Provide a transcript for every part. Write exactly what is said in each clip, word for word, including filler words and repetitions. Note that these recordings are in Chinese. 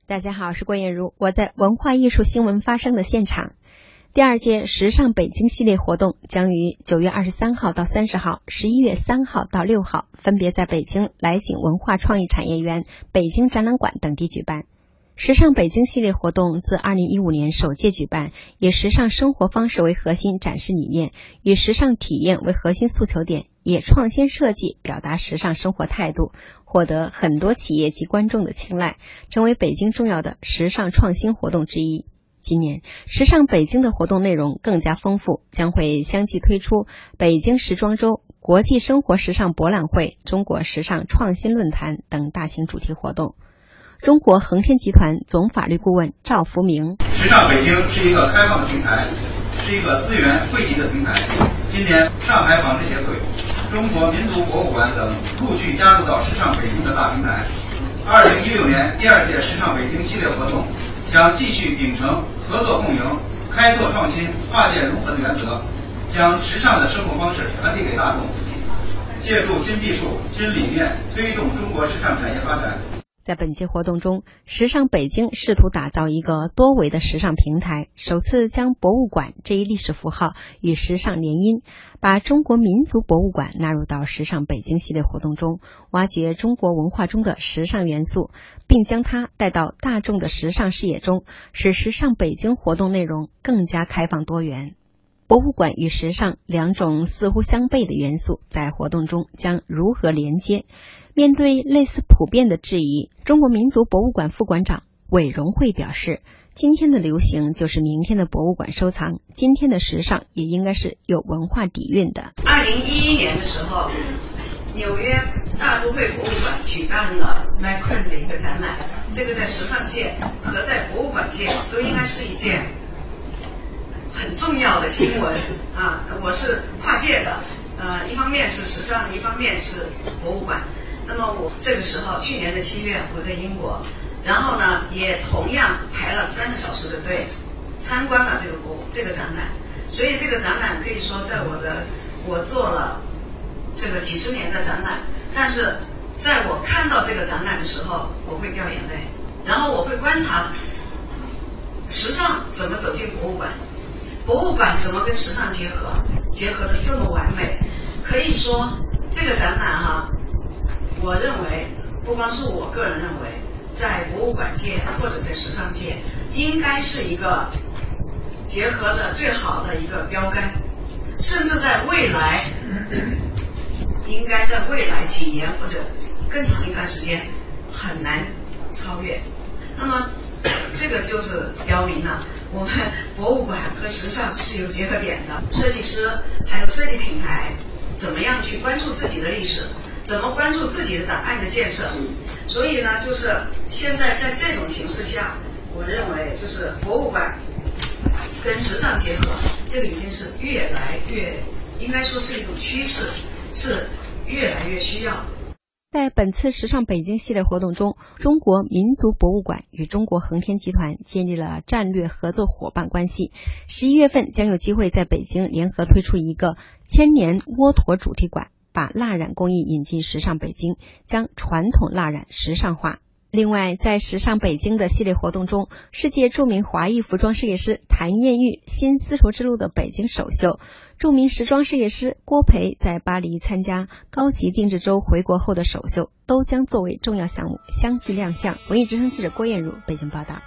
大家好，我是郭艳茹，我在文化艺术新闻发生的现场。第二届时尚北京系列活动将于九月二十三号到三十号、十一月三号到六号，分别在北京来景文化创意产业园、北京展览馆等地举办。时尚北京系列活动自二零一五年首届举办，以时尚生活方式为核心展示理念，以时尚体验为核心诉求点，以创新设计表达时尚生活态度，获得很多企业及观众的青睐，成为北京重要的时尚创新活动之一。今年时尚北京的活动内容更加丰富，将会相继推出北京时装周、国际生活时尚博览会、中国时尚创新论坛等大型主题活动。中国恒天集团总法律顾问赵福明： 时尚北京是一个开放的平台，是一个资源汇集的平台。今年上海纺织协会、中国民族博物馆等陆续加入到时尚北京的大平台。二零一六年第二届时尚北京系列活动将继续秉承合作共赢、开拓创新、跨界融合的原则，将时尚的生活方式传递给大众，借助新技术、新理念，推动中国时尚产业发展。 在本届活动中，时尚北京试图打造一个多维的时尚平台，首次将博物馆这一历史符号与时尚联姻，把中国民族博物馆纳入到时尚北京系列活动中，挖掘中国文化中的时尚元素，并将它带到大众的时尚视野中，使时尚北京活动内容更加开放多元。博物馆与时尚两种似乎相悖的元素在活动中将如何连接？面对类似普遍的质疑，中国民族博物馆副馆长韦荣慧表示，今天的流行就是明天的博物馆收藏，今天的时尚也应该是有文化底蕴的。 二零一一年的时候，纽约大都会博物馆举办了 McQueen 的一个展览，这个在时尚界和在博物馆界都应该是一件很重要的新闻啊！我是跨界的，呃，一方面是时尚，一方面是博物馆。那么我这个时候，去年的七月，我在英国，然后呢，也同样排了三个小时的队，参观了这个博这个展览。所以这个展览可以说，在我的我做了这个几十年的展览，但是在我看到这个展览的时候，我会掉眼泪，然后我会观察时尚怎么走进博物馆。博物馆怎么跟时尚结合，结合的这么完美？可以说这个展览哈，我认为不光是我个人认为，在博物馆界或者在时尚界，应该是一个结合的最好的一个标杆，甚至在未来，应该在未来几年或者更长一段时间很难超越。那么这个就是标明了我们博物馆和时尚是有结合点的，设计师还有设计品牌怎么样去关注自己的历史，怎么关注自己的档案的建设。所以呢，就是现在在这种形势下，我认为就是博物馆跟时尚结合，这个已经是越来越，应该说是一种趋势，是越来越需要。 在本次时尚北京系列活动中，中国民族博物馆与中国恒天集团建立了战略合作伙伴关系。十一月份将有机会在北京联合推出一个千年窝驼主题馆，把蜡染工艺引进时尚北京，将传统蜡染时尚化。另外，在时尚北京的系列活动中，世界著名华裔服装设计师谭艳玉新丝绸之路的北京首秀，著名时装设计师郭培在巴黎参加高级定制周回国后的首秀，都将作为重要项目相继亮相。文艺之声记者郭艳茹北京报道。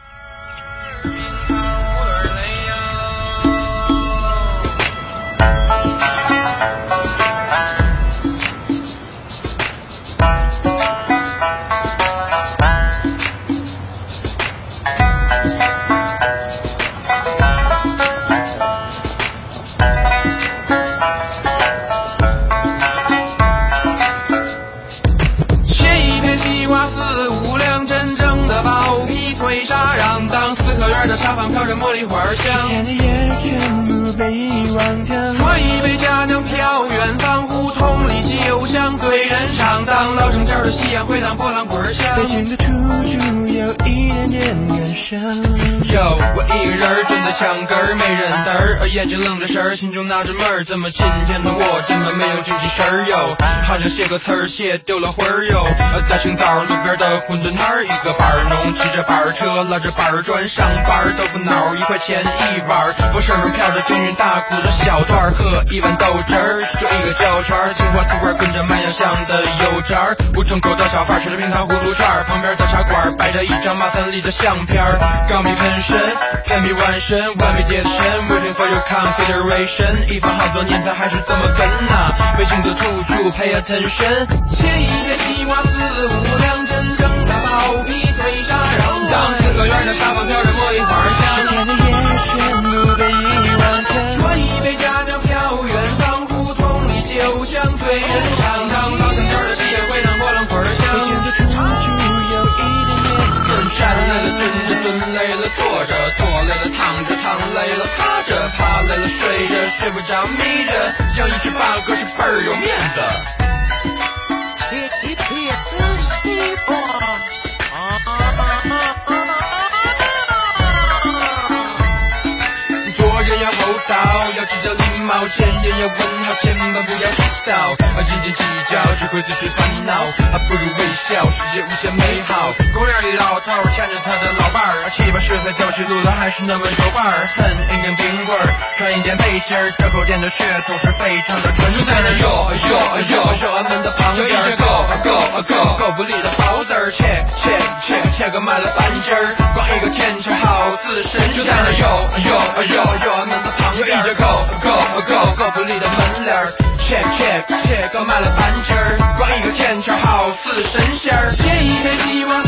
茶坊飘着茉莉花香，天的夜全部被遗忘掉。说一杯佳酿飘远方，胡同里酒香对人唱，当老城调的夕阳回荡波浪滚响。北京的土著有一点点感伤。哟，我一个人蹲在墙根儿，没人搭儿，眼睛愣着神儿，心中纳着闷儿，怎么今天的我这么没有精气神儿哟？好像写个词儿写丢了魂儿哟。大清早路边的馄饨摊儿，一个板儿农骑着板儿车。 车拉着板儿砖上班，豆腐脑一块钱一碗，我身上飘着均匀大骨的小段，喝一碗豆汁儿，就一个胶圈，青花瓷罐跟着卖洋香的油渣儿，胡同口的小贩吃着冰糖葫芦串，旁边的茶馆摆着一张马三立的相片，钢笔喷身，粉笔弯身，完美叠身 ，waiting for your consideration， 一番好多年他还是这么跟呐、啊，北京的土著 pay attention， 切一片西瓜四五两，真正的包皮脆沙瓤，当四合院的沙发飘着茉莉花香， 十天的夜全部被遗忘掉， 说一杯佳酿飘远方，胡同里酒香醉人肠，当老乡店的戏也会让火龙棍香， 北京的土著有一点点站累了蹲着，蹲累了坐着，坐累了躺着，躺累了趴着，趴累了睡着，睡不着眯着，要一只八哥是倍儿有面子。做人要厚道，要记得礼貌，见人要问好，千万不要迟到，斤斤计较只会自取烦恼，还不如微笑，世界无限美好。公园里老头牵着他的老伴儿，七八十岁走起路来还是那么有伴儿，恨一根冰棍儿，穿一件背心儿，这口店的血统是非常的纯正。在那哟哟哟哟门的旁边，够够够够不力的包子儿，切切切切个卖了半斤儿，光一个天桥好似神仙。就在那哟哟哟哟门的旁边，一只够够够够不力的门帘儿，切切切个卖了半斤儿，光一个天桥好似神仙儿，切一片西瓜